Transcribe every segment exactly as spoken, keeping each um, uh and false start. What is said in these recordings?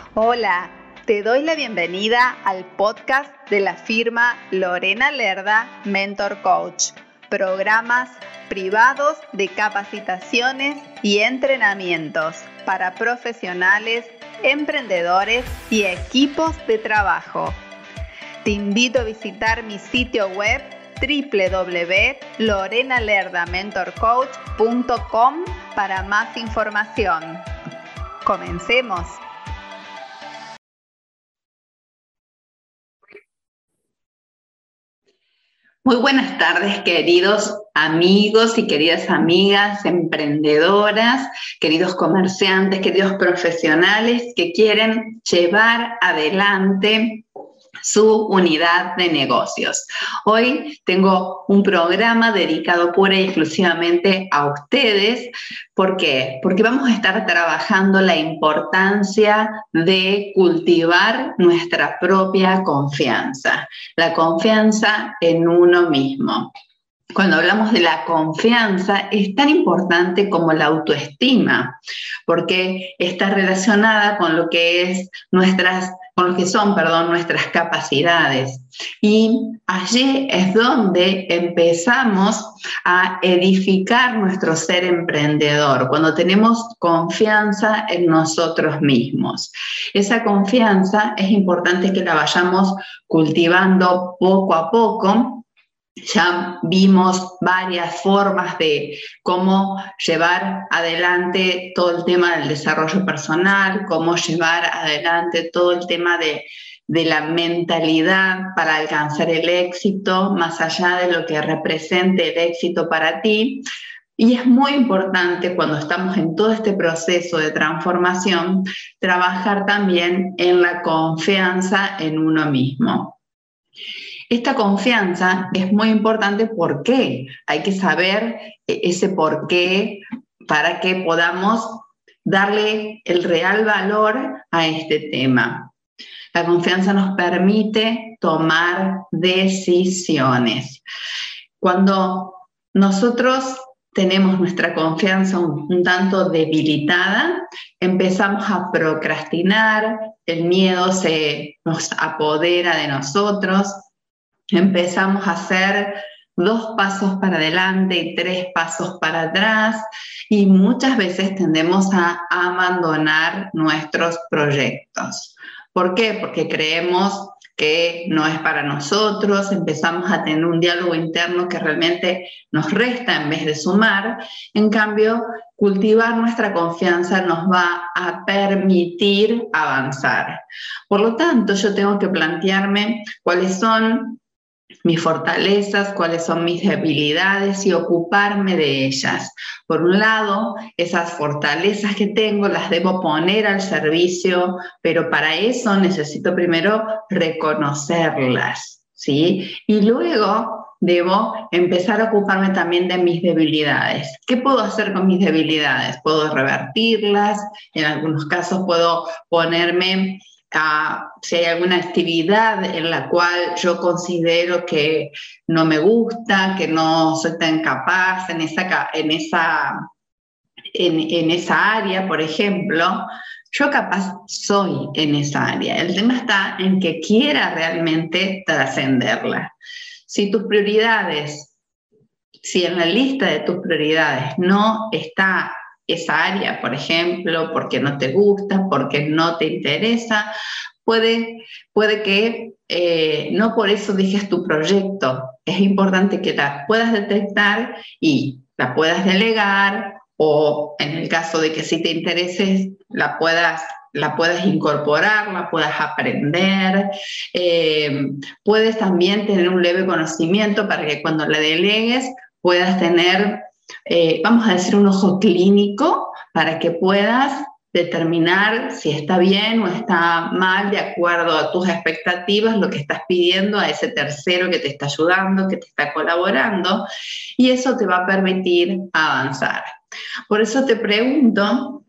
Hola, te doy la bienvenida al podcast de la firma Lorena Lerda Mentor Coach, programas privados de capacitaciones y entrenamientos para profesionales, emprendedores y equipos de trabajo. Te invito a visitar mi sitio web doble u doble u doble u punto lorena lerda mentor coach punto com para más información. Comencemos. Muy buenas tardes, queridos amigos y queridas amigas, emprendedoras, queridos comerciantes, queridos profesionales que quieren llevar adelante su unidad de negocios. Hoy tengo un programa dedicado pura y exclusivamente a ustedes. ¿Por qué? Porque vamos a estar trabajando la importancia de cultivar nuestra propia confianza, la confianza en uno mismo. Cuando hablamos de la confianza, es tan importante como la autoestima, porque está relacionada con lo que es nuestras, con lo que son, perdón, nuestras capacidades. Y allí es donde empezamos a edificar nuestro ser emprendedor, cuando tenemos confianza en nosotros mismos. Esa confianza es importante que la vayamos cultivando poco a poco. Ya vimos varias formas de cómo llevar adelante todo el tema del desarrollo personal, cómo llevar adelante todo el tema de, de la mentalidad para alcanzar el éxito, más allá de lo que represente el éxito para ti. Y es muy importante cuando estamos en todo este proceso de transformación, trabajar también en la confianza en uno mismo. Esta confianza es muy importante porque hay que saber ese por qué para que podamos darle el real valor a este tema. La confianza nos permite tomar decisiones. Cuando nosotros tenemos nuestra confianza un, un tanto debilitada, empezamos a procrastinar, el miedo se nos apodera de nosotros. Empezamos a hacer dos pasos para adelante y tres pasos para atrás y muchas veces tendemos a abandonar nuestros proyectos. ¿Por qué? Porque creemos que no es para nosotros, empezamos a tener un diálogo interno que realmente nos resta en vez de sumar. En cambio, cultivar nuestra confianza nos va a permitir avanzar. Por lo tanto, yo tengo que plantearme cuáles son mis fortalezas, cuáles son mis debilidades y ocuparme de ellas. Por un lado, esas fortalezas que tengo las debo poner al servicio, pero para eso necesito primero reconocerlas, ¿sí? Y luego debo empezar a ocuparme también de mis debilidades. ¿Qué puedo hacer con mis debilidades? Puedo revertirlas, en algunos casos puedo ponerme Uh, si hay alguna actividad en la cual yo considero que no me gusta, que no soy tan capaz en esa, en esa, en, en esa área, por ejemplo, yo capaz soy en esa área. El tema está en que quiera realmente trascenderla. Si tus prioridades, si en la lista de tus prioridades no está esa área, por ejemplo, porque no te gusta, porque no te interesa, puede, puede que eh, no por eso dejes tu proyecto. Es importante que la puedas detectar y la puedas delegar, o en el caso de que sí te interese, la puedas, la puedas incorporar, la puedas aprender. Eh, puedes también tener un leve conocimiento para que cuando la delegues puedas tener, Eh, vamos a decir, un ojo clínico para que puedas determinar si está bien o está mal de acuerdo a tus expectativas, lo que estás pidiendo a ese tercero que te está ayudando, que te está colaborando, y eso te va a permitir avanzar. Por eso te pregunto,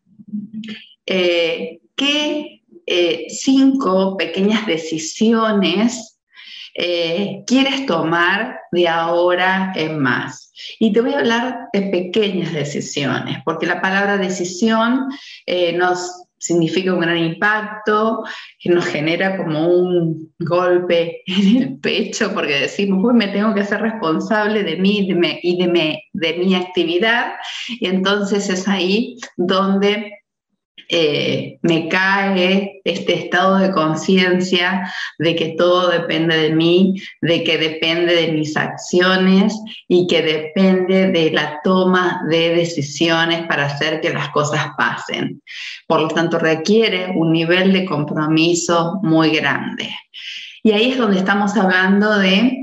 eh, ¿qué eh, cinco pequeñas decisiones eh, quieres tomar de ahora en más? Y te voy a hablar de pequeñas decisiones, porque la palabra decisión eh, nos, significa un gran impacto, que nos genera como un golpe en el pecho porque decimos, uy, me tengo que hacer responsable de mí de me, y de, me, de mi actividad, y entonces es ahí donde eh, me cae este estado de conciencia de que todo depende de mí, de que depende de mis acciones y que depende de la toma de decisiones para hacer que las cosas pasen. Por lo tanto, requiere un nivel de compromiso muy grande. Y ahí es donde estamos hablando de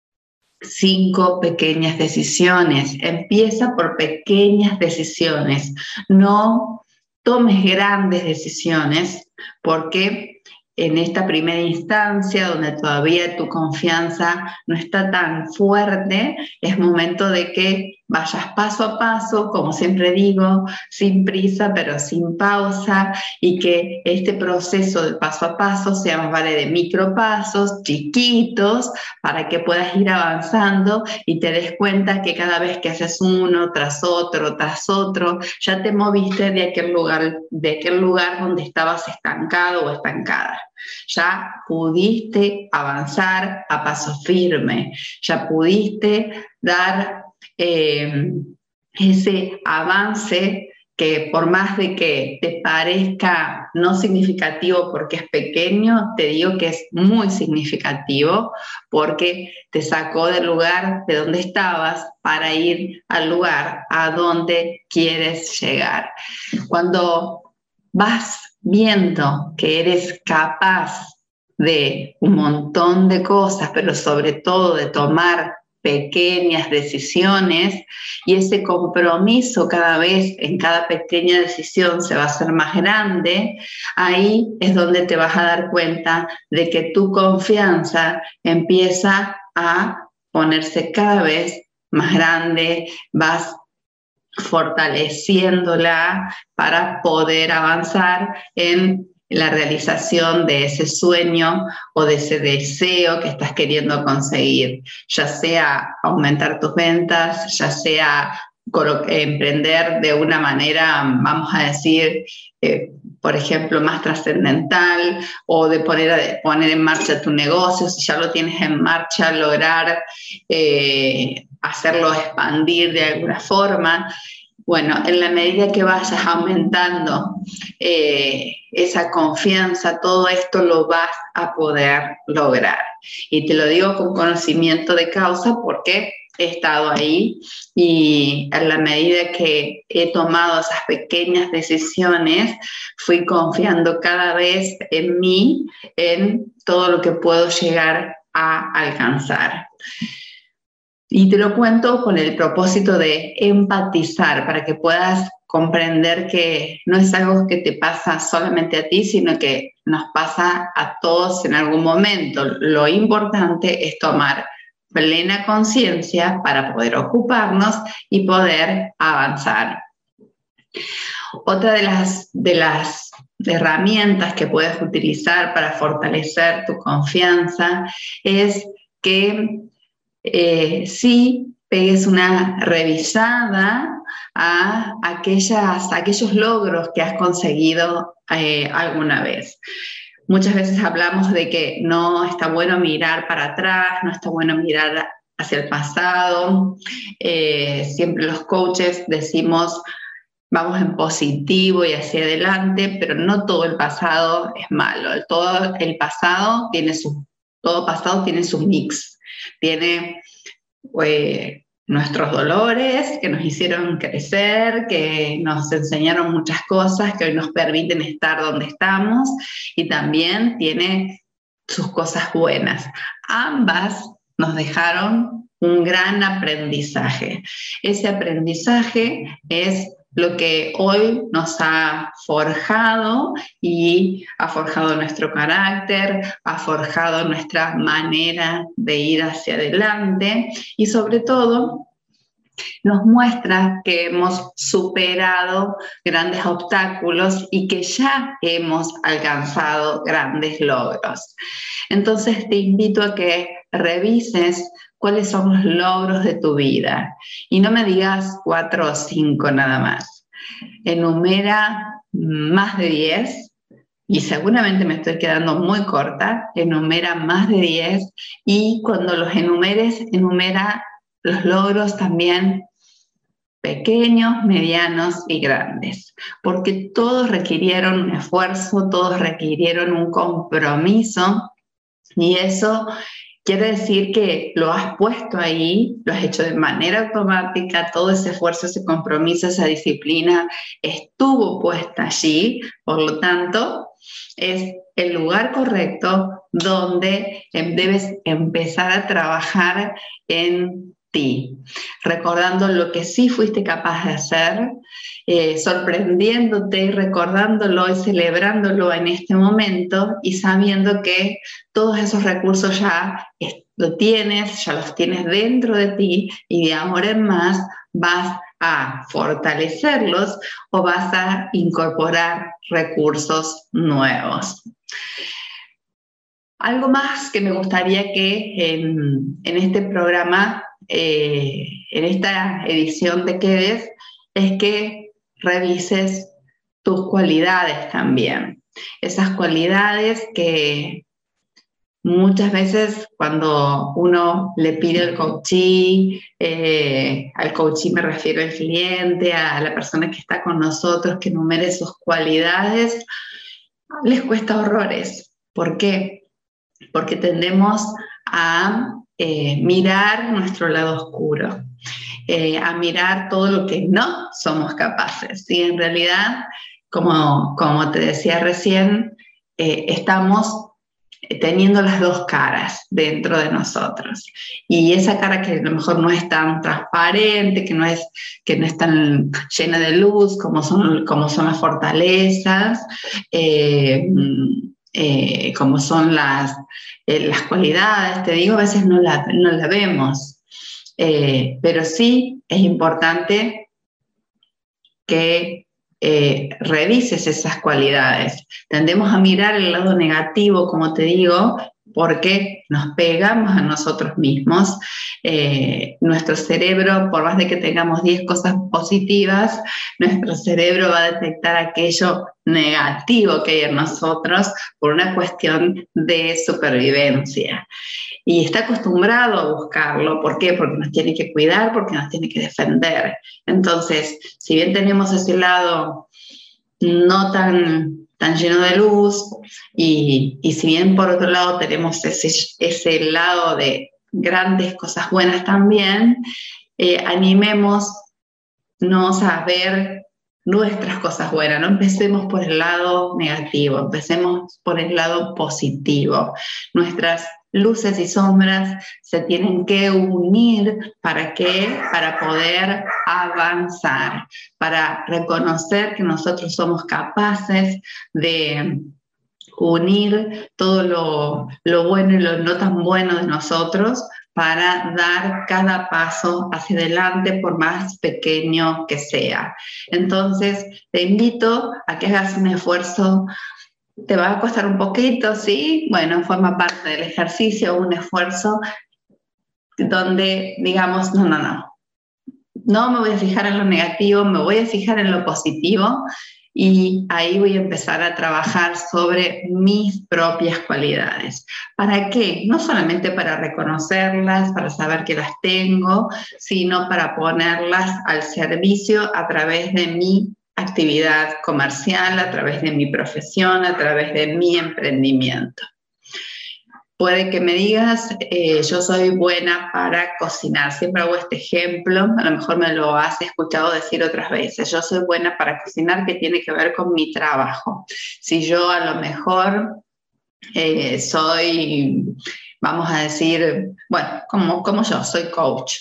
cinco pequeñas decisiones. Empieza por pequeñas decisiones, no tomes grandes decisiones, porque en esta primera instancia, donde todavía tu confianza no está tan fuerte, es momento de que vayas paso a paso, como siempre digo, sin prisa, pero sin pausa, y que este proceso de paso a paso sea más vale de micropasos, chiquitos, para que puedas ir avanzando y te des cuenta que cada vez que haces uno tras otro, tras otro, ya te moviste de aquel lugar, de aquel lugar donde estabas estancado o estancada. Ya pudiste avanzar a paso firme, ya pudiste dar eh, ese avance que por más de que te parezca no significativo porque es pequeño, te digo que es muy significativo porque te sacó del lugar de donde estabas para ir al lugar a donde quieres llegar. Cuando vas viendo que eres capaz de un montón de cosas, pero sobre todo de tomar pequeñas decisiones, y ese compromiso cada vez en cada pequeña decisión se va a hacer más grande, ahí es donde te vas a dar cuenta de que tu confianza empieza a ponerse cada vez más grande, vas fortaleciéndola para poder avanzar en la realización de ese sueño o de ese deseo que estás queriendo conseguir, ya sea aumentar tus ventas, ya sea emprender de una manera, vamos a decir, eh, por ejemplo, más trascendental, o de poner, de poner en marcha tu negocio, si ya lo tienes en marcha, lograr eh, hacerlo expandir de alguna forma. Bueno, en la medida que vayas aumentando eh, esa confianza, todo esto lo vas a poder lograr. Y te lo digo con conocimiento de causa porque he estado ahí, y en la medida que he tomado esas pequeñas decisiones, fui confiando cada vez en mí, en todo lo que puedo llegar a alcanzar. Y te lo cuento con el propósito de empatizar, para que puedas comprender que no es algo que te pasa solamente a ti, sino que nos pasa a todos en algún momento. Lo importante es tomar plena conciencia para poder ocuparnos y poder avanzar. Otra de las, de las herramientas que puedes utilizar para fortalecer tu confianza es que Eh, sí pegues una revisada a aquellas, aquellos logros que has conseguido eh, alguna vez. Muchas veces hablamos de que no está bueno mirar para atrás, no está bueno mirar hacia el pasado. Eh, siempre los coaches decimos, vamos en positivo y hacia adelante, pero no todo el pasado es malo. Todo el pasado tiene su, todo pasado tiene su mix. Tiene eh, nuestros dolores que nos hicieron crecer, que nos enseñaron muchas cosas que hoy nos permiten estar donde estamos, y también tiene sus cosas buenas. Ambas nos dejaron un gran aprendizaje. Ese aprendizaje es lo que hoy nos ha forjado y ha forjado nuestro carácter, ha forjado nuestra manera de ir hacia adelante, y sobre todo nos muestra que hemos superado grandes obstáculos y que ya hemos alcanzado grandes logros. Entonces te invito a que revises cuáles son los logros de tu vida y no me digas cuatro o cinco nada más. Enumera más de diez, y seguramente me estoy quedando muy corta, enumera más de diez, y cuando los enumeres, enumera los logros también pequeños, medianos y grandes, porque todos requirieron un esfuerzo, todos requirieron un compromiso, y eso quiere decir que lo has puesto ahí, lo has hecho de manera automática, todo ese esfuerzo, ese compromiso, esa disciplina estuvo puesta allí, por lo tanto, es el lugar correcto donde debes empezar a trabajar en ti, recordando lo que sí fuiste capaz de hacer, eh, sorprendiéndote y recordándolo y celebrándolo en este momento, y sabiendo que todos esos recursos ya lo tienes, ya los tienes dentro de ti, y de ahora en más vas a fortalecerlos o vas a incorporar recursos nuevos. Algo más que me gustaría que en, en este programa, eh, en esta edición te quedes, es que revises tus cualidades también. Esas cualidades que muchas veces cuando uno le pide el coaching, eh, al coaching me refiero al cliente, a la persona que está con nosotros, que enumere sus cualidades, les cuesta horrores. ¿Por qué? Porque tendemos a eh, mirar nuestro lado oscuro, eh, a mirar todo lo que no somos capaces. Y en realidad, como, como te decía recién, eh, estamos teniendo las dos caras dentro de nosotros. Y esa cara que a lo mejor no es tan transparente, que no es, que no es tan llena de luz como son, como son las fortalezas, eh, eh, como son las, eh, las cualidades, te digo, a veces no la, no la vemos. Eh, pero sí es importante que Eh, revises esas cualidades. Tendemos a mirar el lado negativo, como te digo, porque nos pegamos a nosotros mismos. Eh, nuestro cerebro, por más de que tengamos diez cosas positivas, nuestro cerebro va a detectar aquello negativo que hay en nosotros por una cuestión de supervivencia. Y está acostumbrado a buscarlo. ¿Por qué? Porque nos tiene que cuidar, porque nos tiene que defender. Entonces, si bien tenemos ese lado no tan, tan lleno de luz, y, y si bien por otro lado tenemos ese, ese lado de grandes cosas buenas también, eh, animémonos a ver nuestras cosas buenas. No empecemos por el lado negativo, empecemos por el lado positivo. Nuestras luces y sombras se tienen que unir. ¿Para qué? Para poder avanzar, para reconocer que nosotros somos capaces de unir todo lo, lo bueno y lo no tan bueno de nosotros para dar cada paso hacia adelante, por más pequeño que sea. Entonces, te invito a que hagas un esfuerzo. Te va a costar un poquito, ¿sí? Bueno, forma parte del ejercicio, un esfuerzo donde digamos, no, no, no. No me voy a fijar en lo negativo, me voy a fijar en lo positivo, y ahí voy a empezar a trabajar sobre mis propias cualidades. ¿Para qué? No solamente para reconocerlas, para saber que las tengo, sino para ponerlas al servicio a través de mi actividad comercial, a través de mi profesión, a través de mi emprendimiento. Puede que me digas, eh, yo soy buena para cocinar. Siempre hago este ejemplo, a lo mejor me lo has escuchado decir otras veces. Yo soy buena para cocinar, que tiene que ver con mi trabajo. Si yo a lo mejor eh, soy, vamos a decir, bueno, como, como yo, soy coach.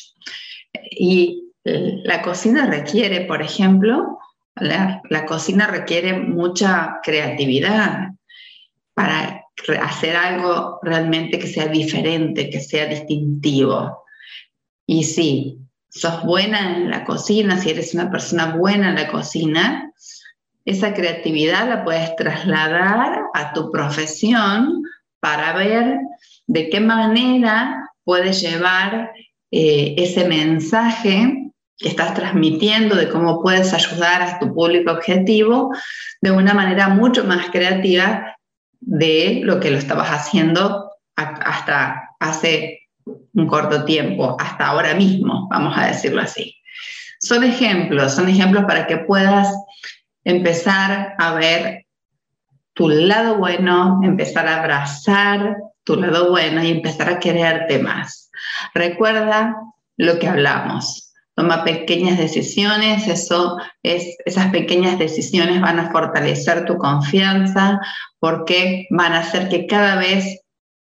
Y la cocina requiere, por ejemplo, la, la cocina requiere mucha creatividad para hacer algo realmente que sea diferente, que sea distintivo. Y si sos buena en la cocina, si eres una persona buena en la cocina, esa creatividad la puedes trasladar a tu profesión para ver de qué manera puedes llevar eh, ese mensaje que estás transmitiendo, de cómo puedes ayudar a tu público objetivo de una manera mucho más creativa de lo que lo estabas haciendo hasta hace un corto tiempo, hasta ahora mismo, vamos a decirlo así. Son ejemplos, son ejemplos para que puedas empezar a ver tu lado bueno, empezar a abrazar tu lado bueno y empezar a quererte más. Recuerda lo que hablamos. Toma pequeñas decisiones, eso es, esas pequeñas decisiones van a fortalecer tu confianza porque van a hacer que cada vez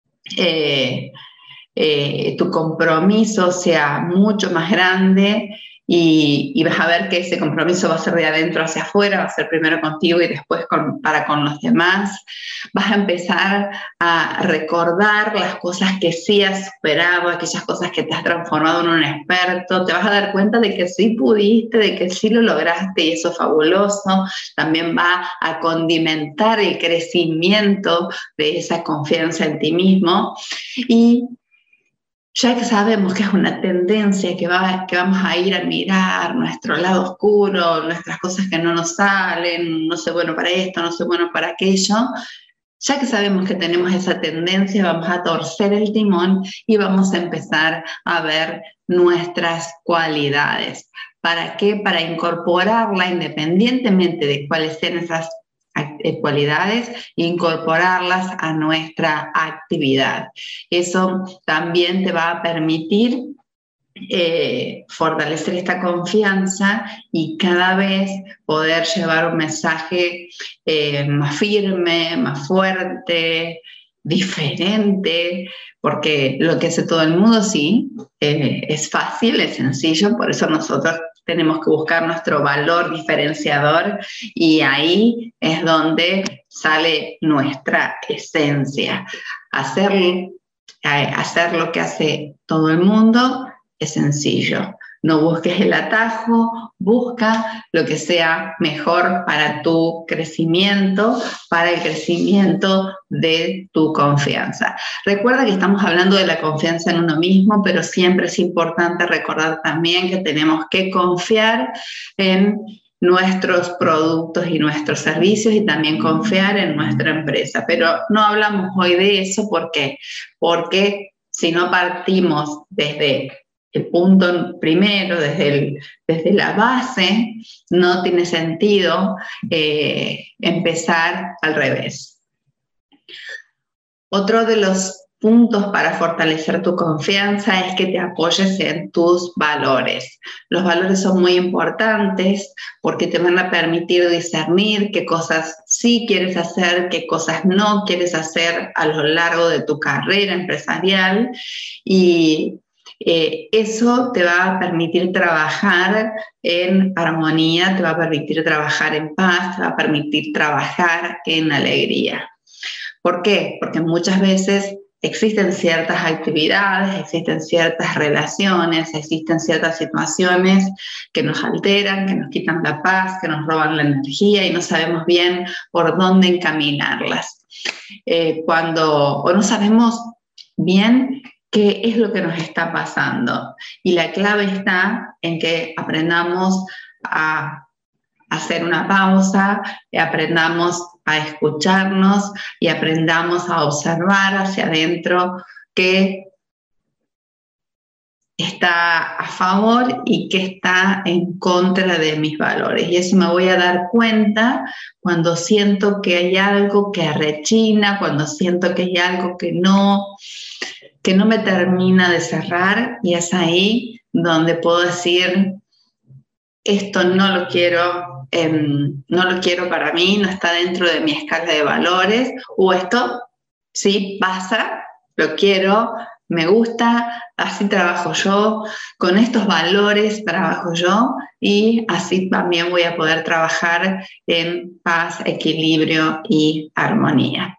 eh, eh, tu compromiso sea mucho más grande y, y vas a ver que ese compromiso va a ser de adentro hacia afuera, va a ser primero contigo y después con, para con los demás. Vas a empezar a recordar las cosas que sí has superado, aquellas cosas que te has transformado en un experto. Te vas a dar cuenta de que sí pudiste, de que sí lo lograste y eso es fabuloso. También va a condimentar el crecimiento de esa confianza en ti mismo. Y ya que sabemos que es una tendencia que, va, que vamos a ir a mirar nuestro lado oscuro, nuestras cosas que no nos salen, no soy bueno para esto, no soy bueno para aquello, ya que sabemos que tenemos esa tendencia, vamos a torcer el timón y vamos a empezar a ver nuestras cualidades. ¿Para qué? Para incorporarla independientemente de cuáles sean esas cualidades e incorporarlas a nuestra actividad. Eso también te va a permitir eh, fortalecer esta confianza y cada vez poder llevar un mensaje eh, más firme, más fuerte, diferente, porque lo que hace todo el mundo sí, eh, es fácil, es sencillo, por eso nosotros tenemos que buscar nuestro valor diferenciador y ahí es donde sale nuestra esencia. Hacer, eh, hacer lo que hace todo el mundo es sencillo. No busques el atajo, busca lo que sea mejor para tu crecimiento, para el crecimiento de tu confianza. Recuerda que estamos hablando de la confianza en uno mismo, pero siempre es importante recordar también que tenemos que confiar en nuestros productos y nuestros servicios y también confiar en nuestra empresa. Pero no hablamos hoy de eso, ¿por qué? Porque si no partimos desde el punto primero, desde, el, desde la base, no tiene sentido eh, empezar al revés. Otro de los puntos para fortalecer tu confianza es que te apoyes en tus valores. Los valores son muy importantes porque te van a permitir discernir qué cosas sí quieres hacer, qué cosas no quieres hacer a lo largo de tu carrera empresarial y Eh, eso te va a permitir trabajar en armonía, te va a permitir trabajar en paz, te va a permitir trabajar en alegría. ¿Por qué? Porque muchas veces existen ciertas actividades, existen ciertas relaciones, existen ciertas situaciones que nos alteran, que nos quitan la paz, que nos roban la energía y no sabemos bien por dónde encaminarlas. Eh, cuando, o no sabemos bien qué es lo que nos está pasando. Y la clave está en que aprendamos a hacer una pausa, y aprendamos a escucharnos y aprendamos a observar hacia adentro qué está a favor y qué está en contra de mis valores. Y eso me voy a dar cuenta cuando siento que hay algo que arrechina, cuando siento que hay algo que no... que no me termina de cerrar y es ahí donde puedo decir esto no lo quiero, eh, no lo quiero para mí, no está dentro de mi escala de valores o esto sí pasa, lo quiero, me gusta, así trabajo yo, con estos valores trabajo yo y así también voy a poder trabajar en paz, equilibrio y armonía.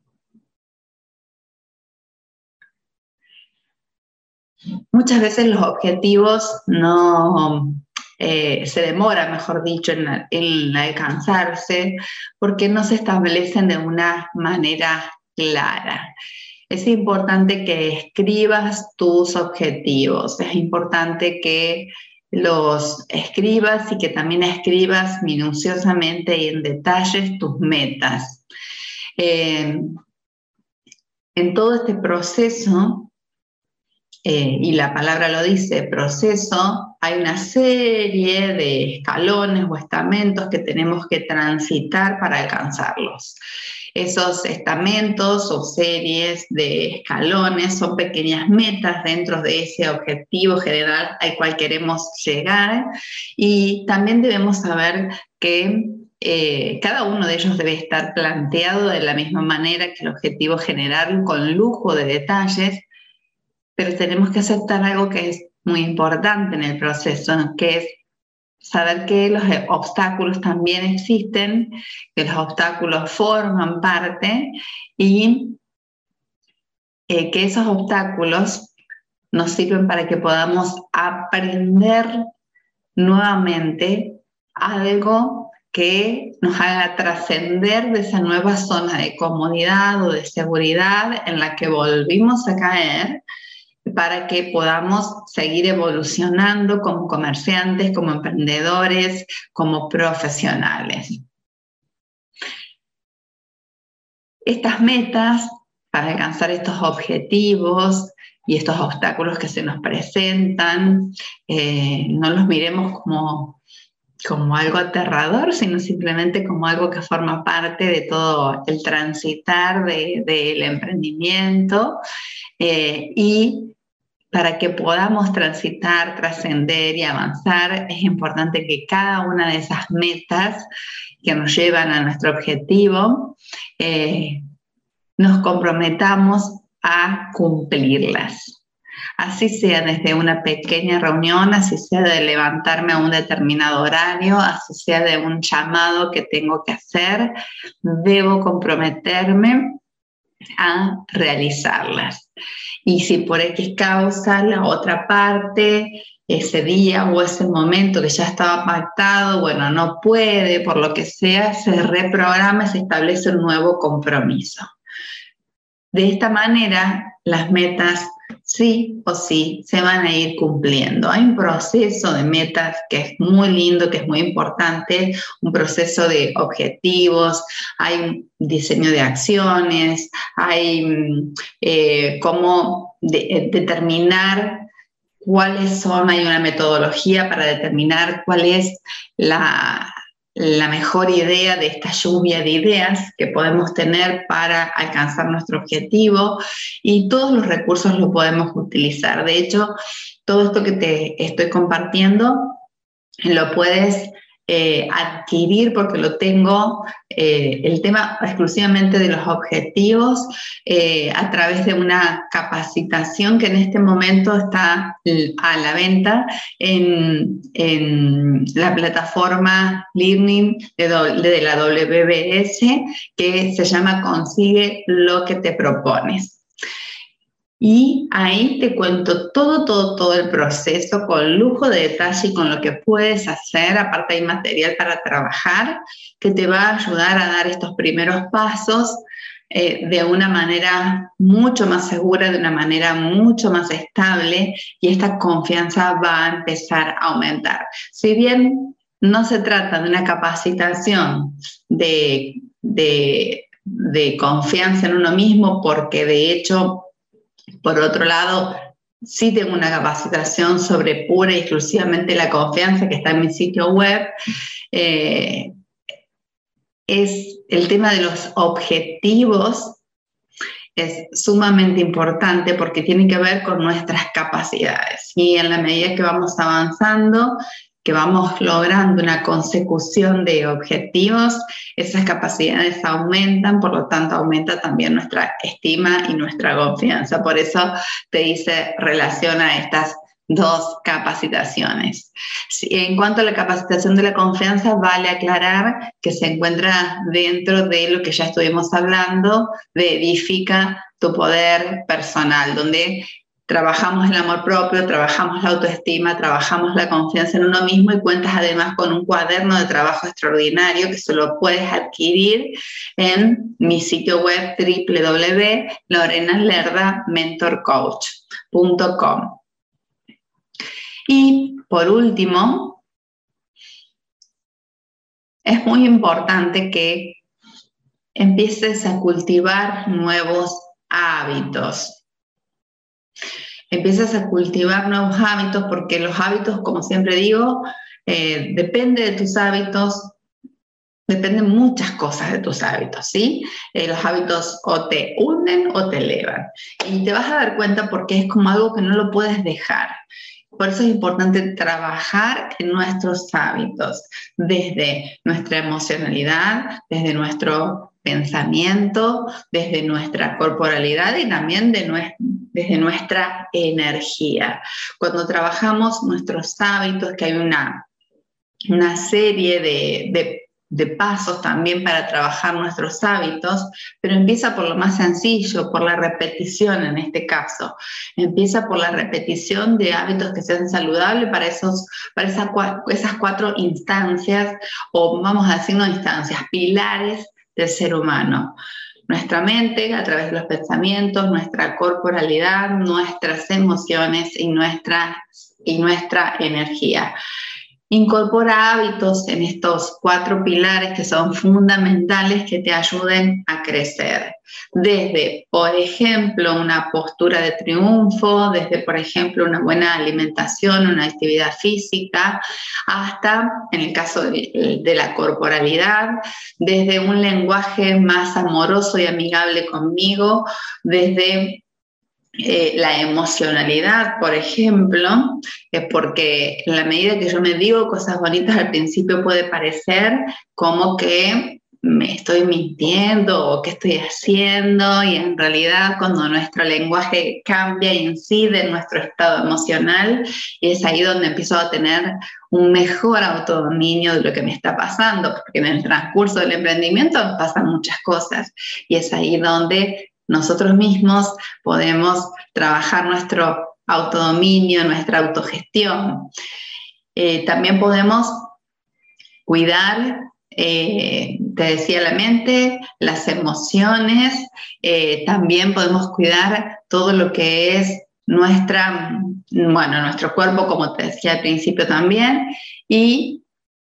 Muchas veces los objetivos no eh, se demoran, mejor dicho, en, en alcanzarse porque no se establecen de una manera clara. Es importante que escribas tus objetivos, es importante que los escribas y que también escribas minuciosamente y en detalles tus metas. Eh, en todo este proceso, eh, y la palabra lo dice, proceso, hay una serie de escalones o estamentos que tenemos que transitar para alcanzarlos. Esos estamentos o series de escalones son pequeñas metas dentro de ese objetivo general al cual queremos llegar, y también debemos saber que eh, cada uno de ellos debe estar planteado de la misma manera que el objetivo general, con lujo de detalles, pero tenemos que aceptar algo que es muy importante en el proceso, que es saber que los obstáculos también existen, que los obstáculos forman parte y eh, que esos obstáculos nos sirven para que podamos aprender nuevamente algo que nos haga trascender de esa nueva zona de comodidad o de seguridad en la que volvimos a caer, para que podamos seguir evolucionando como comerciantes, como emprendedores, como profesionales. Estas metas, para alcanzar estos objetivos y estos obstáculos que se nos presentan, eh, no los miremos como, como algo aterrador, sino simplemente como algo que forma parte de todo el transitar de, del emprendimiento, eh, y para que podamos transitar, trascender y avanzar, es importante que cada una de esas metas que nos llevan a nuestro objetivo, eh, nos comprometamos a cumplirlas. Así sea desde una pequeña reunión, así sea de levantarme a un determinado horario, así sea de un llamado que tengo que hacer, debo comprometerme a realizarlas. Y si por X causa la otra parte, ese día o ese momento que ya estaba pactado, bueno, no puede, por lo que sea, se reprograma y se establece un nuevo compromiso. De esta manera, las metas sí o sí se van a ir cumpliendo. Hay un proceso de metas que es muy lindo, que es muy importante, un proceso de objetivos, hay un diseño de acciones, hay eh, cómo de, determinar cuáles son, hay una metodología para determinar cuál es la... la mejor idea de esta lluvia de ideas que podemos tener para alcanzar nuestro objetivo, y todos los recursos los podemos utilizar. De hecho, todo esto que te estoy compartiendo lo puedes eh, adquirir, porque lo tengo, eh, el tema exclusivamente de los objetivos, eh, a través de una capacitación que en este momento está a la venta en, en la plataforma Learning de, de la W B S, que se llama Consigue lo que te propones. Y ahí te cuento todo, todo, todo el proceso con lujo de detalle y con lo que puedes hacer. Aparte hay material para trabajar que te va a ayudar a dar estos primeros pasos eh, de una manera mucho más segura, de una manera mucho más estable, y esta confianza va a empezar a aumentar. Si bien no se trata de una capacitación de, de, de confianza en uno mismo, porque de hecho, por otro lado, sí tengo una capacitación sobre pura y exclusivamente la confianza, que está en mi sitio web. Eh, es el tema de los objetivos, es sumamente importante porque tiene que ver con nuestras capacidades. Y en la medida que vamos avanzando, que vamos logrando una consecución de objetivos, esas capacidades aumentan, por lo tanto aumenta también nuestra estima y nuestra confianza. Por eso te dice, relaciona estas dos capacitaciones. En cuanto a la capacitación de la confianza, vale aclarar que se encuentra dentro de lo que ya estuvimos hablando, de Edifica tu Poder Personal, donde trabajamos el amor propio, trabajamos la autoestima, trabajamos la confianza en uno mismo, y cuentas además con un cuaderno de trabajo extraordinario que solo puedes adquirir en mi sitio web doble u doble u doble u punto lorena lerda mentor coach punto com. Y por último, es muy importante que empieces a cultivar nuevos hábitos. Empiezas a cultivar nuevos hábitos porque los hábitos, como siempre digo, eh, depende de tus hábitos, dependen muchas cosas de tus hábitos, ¿sí? Eh, los hábitos o te hunden o te elevan. Y te vas a dar cuenta porque es como algo que no lo puedes dejar. Por eso es importante trabajar en nuestros hábitos, desde nuestra emocionalidad, desde nuestro pensamiento, desde nuestra corporalidad y también de nuestra, desde nuestra energía. Cuando trabajamos nuestros hábitos, que hay una, una serie de, de de pasos también para trabajar nuestros hábitos, pero empieza por lo más sencillo, por la repetición en este caso. Empieza por la repetición de hábitos que sean saludables para, esos, para esas, esas cuatro instancias, o vamos a decir no instancias, pilares del ser humano. Nuestra mente, a través de los pensamientos, nuestra corporalidad, nuestras emociones y nuestra, y nuestra energía. Incorpora hábitos en estos cuatro pilares que son fundamentales que te ayuden a crecer. Desde, por ejemplo, una postura de triunfo, desde, por ejemplo, una buena alimentación, una actividad física, hasta, en el caso de, de la corporalidad, desde un lenguaje más amoroso y amigable conmigo, desde Eh, la emocionalidad, por ejemplo, eh, porque en la medida que yo me digo cosas bonitas al principio puede parecer como que me estoy mintiendo o qué estoy haciendo, y en realidad cuando nuestro lenguaje cambia incide en nuestro estado emocional, y es ahí donde empiezo a tener un mejor autodominio de lo que me está pasando, porque en el transcurso del emprendimiento pasan muchas cosas y es ahí donde nosotros mismos podemos trabajar nuestro autodominio, nuestra autogestión. Eh, también podemos cuidar, eh, te decía, la mente, las emociones, eh, también podemos cuidar todo lo que es nuestra, bueno, nuestro cuerpo, como te decía al principio también, y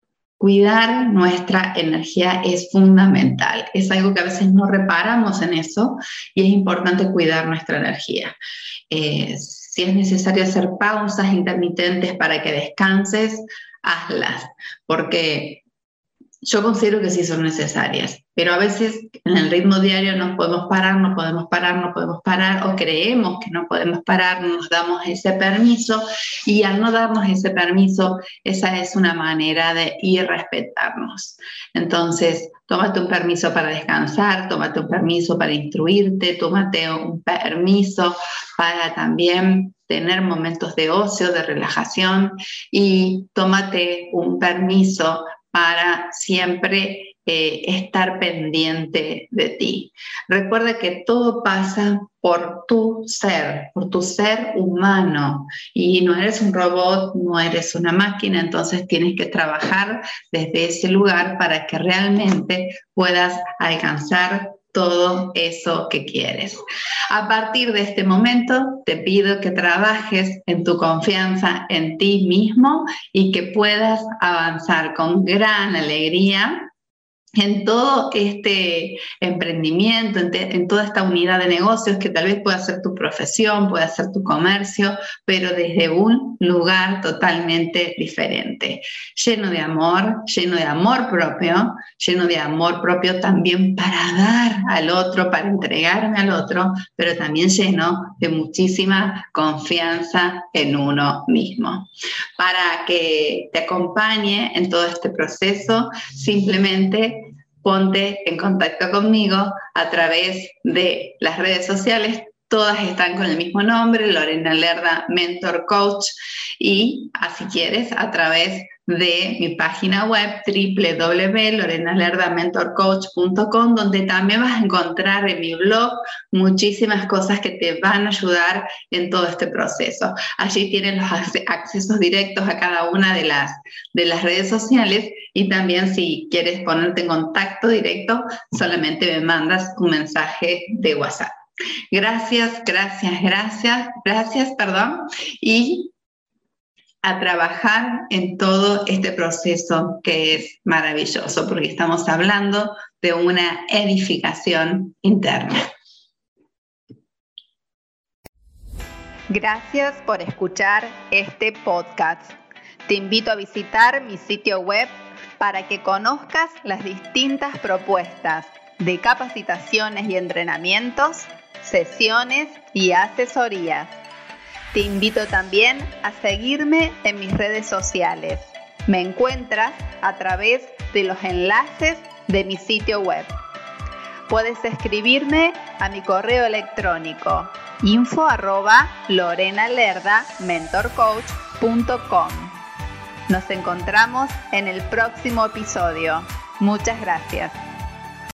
cuidar nuestra energía es fundamental. Es algo que a veces no reparamos en eso y es importante cuidar nuestra energía. Eh, si es necesario hacer pausas intermitentes para que descanses, hazlas, porque yo considero que sí son necesarias, pero a veces en el ritmo diario no podemos parar, no podemos parar, no podemos parar, o creemos que no podemos parar, no nos damos ese permiso, y al no darnos ese permiso, esa es una manera de irrespetarnos. Entonces, tómate un permiso para descansar, tómate un permiso para instruirte, tómate un permiso para también tener momentos de ocio, de relajación, y tómate un permiso para siempre eh, estar pendiente de ti. Recuerda que todo pasa por tu ser, por tu ser humano, y no eres un robot, no eres una máquina, entonces tienes que trabajar desde ese lugar para que realmente puedas alcanzar todo eso que quieres. A partir de este momento, te pido que trabajes en tu confianza en ti mismo y que puedas avanzar con gran alegría en todo este emprendimiento, en, te, en toda esta unidad de negocios que tal vez pueda ser tu profesión, pueda ser tu comercio, pero desde un lugar totalmente diferente, lleno de amor, lleno de amor propio, lleno de amor propio también para dar al otro, para entregarme al otro, pero también lleno de muchísima confianza en uno mismo. Para que te acompañe en todo este proceso, simplemente ponte en contacto conmigo a través de las redes sociales. Todas están con el mismo nombre, Lorena Lerda Mentor Coach, y así quieres a través de mi página web doble u doble u doble u punto lorena lerda mentor coach punto com, donde también vas a encontrar en mi blog muchísimas cosas que te van a ayudar en todo este proceso. Allí tienen los accesos directos a cada una de las, de las redes sociales, y también si quieres ponerte en contacto directo, solamente me mandas un mensaje de WhatsApp. Gracias, gracias, gracias, gracias, perdón, y a trabajar en todo este proceso que es maravilloso, porque estamos hablando de una edificación interna. Gracias por escuchar este podcast. Te invito a visitar mi sitio web para que conozcas las distintas propuestas de capacitaciones y entrenamientos, sesiones y asesorías. Te invito también a seguirme en mis redes sociales. Me encuentras a través de los enlaces de mi sitio web. Puedes escribirme a mi correo electrónico info arroba lorenalerda mentor coach punto com. Nos encontramos en el próximo episodio. Muchas gracias.